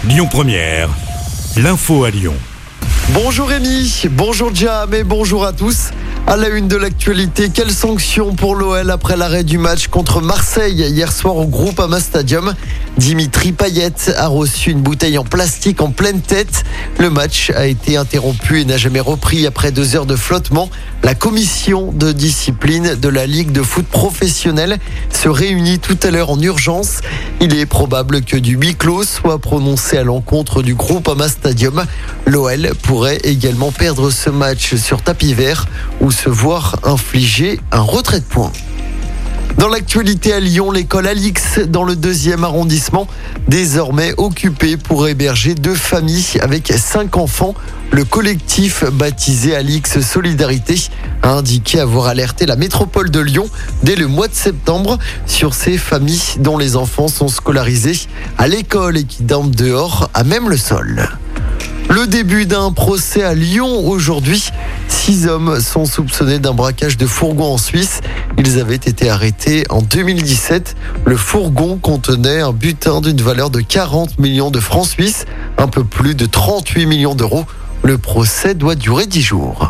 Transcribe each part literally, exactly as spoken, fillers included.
Lyon Première, l'info à Lyon. Bonjour Rémi, bonjour Jam et bonjour à tous. À la une de l'actualité, quelle sanction pour l'O L après l'arrêt du match contre Marseille hier soir au Groupama Stadium? Dimitri Payet a reçu une bouteille en plastique en pleine tête. Le match a été interrompu et n'a jamais repris après deux heures de flottement. La commission de discipline de la Ligue de foot professionnelle se réunit tout à l'heure en urgence. Il est probable que du huis clos soit prononcé à l'encontre du Groupama Stadium. L'O L pourrait également perdre ce match sur tapis vert ou se voir infliger un retrait de points. Dans l'actualité à Lyon, l'école Alix dans le deuxième arrondissement, désormais occupée pour héberger deux familles avec cinq enfants. Le collectif baptisé Alix Solidarité a indiqué avoir alerté la métropole de Lyon dès le mois de septembre sur ces familles dont les enfants sont scolarisés à l'école et qui dorment dehors à même le sol. Le début d'un procès à Lyon aujourd'hui. Six hommes sont soupçonnés d'un braquage de fourgon en Suisse. Ils avaient été arrêtés en deux mille dix-sept. Le fourgon contenait un butin d'une valeur de quarante millions de francs suisses, un peu plus de trente-huit millions d'euros. Le procès doit durer dix jours.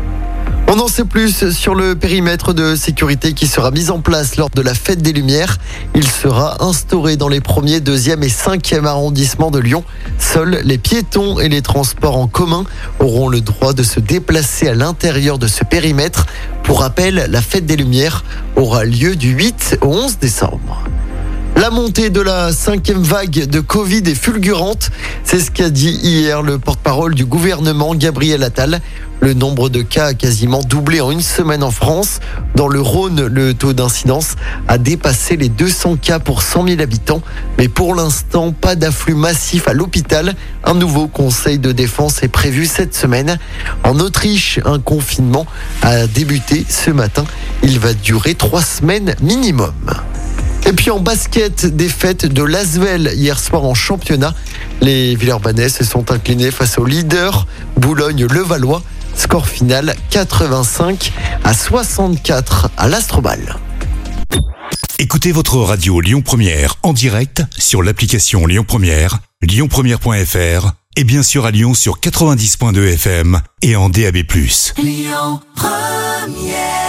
On en sait plus sur le périmètre de sécurité qui sera mis en place lors de la Fête des Lumières. Il sera instauré dans les premiers, deuxième et cinquième arrondissements de Lyon. Seuls les piétons et les transports en commun auront le droit de se déplacer à l'intérieur de ce périmètre. Pour rappel, la Fête des Lumières aura lieu du huit au onze décembre. La montée de la cinquième vague de Covid est fulgurante. C'est ce qu'a dit hier le porte-parole du gouvernement, Gabriel Attal. Le nombre de cas a quasiment doublé en une semaine en France. Dans le Rhône, le taux d'incidence a dépassé les deux cents cas pour cent mille habitants. Mais pour l'instant, pas d'afflux massif à l'hôpital. Un nouveau conseil de défense est prévu cette semaine. En Autriche, un confinement a débuté ce matin. Il va durer trois semaines minimum. Et puis en basket, défaite de l'A S V L hier soir en championnat. Les Villeurbanais se sont inclinés face au leader Boulogne-Levallois. Score final quatre-vingt-cinq à soixante-quatre à l'Astrobal. Écoutez votre radio Lyon Première en direct sur l'application Lyon Première, lyon première point f r et bien sûr à Lyon sur quatre-vingt-dix point deux F M et en D A B plus. Lyon Première.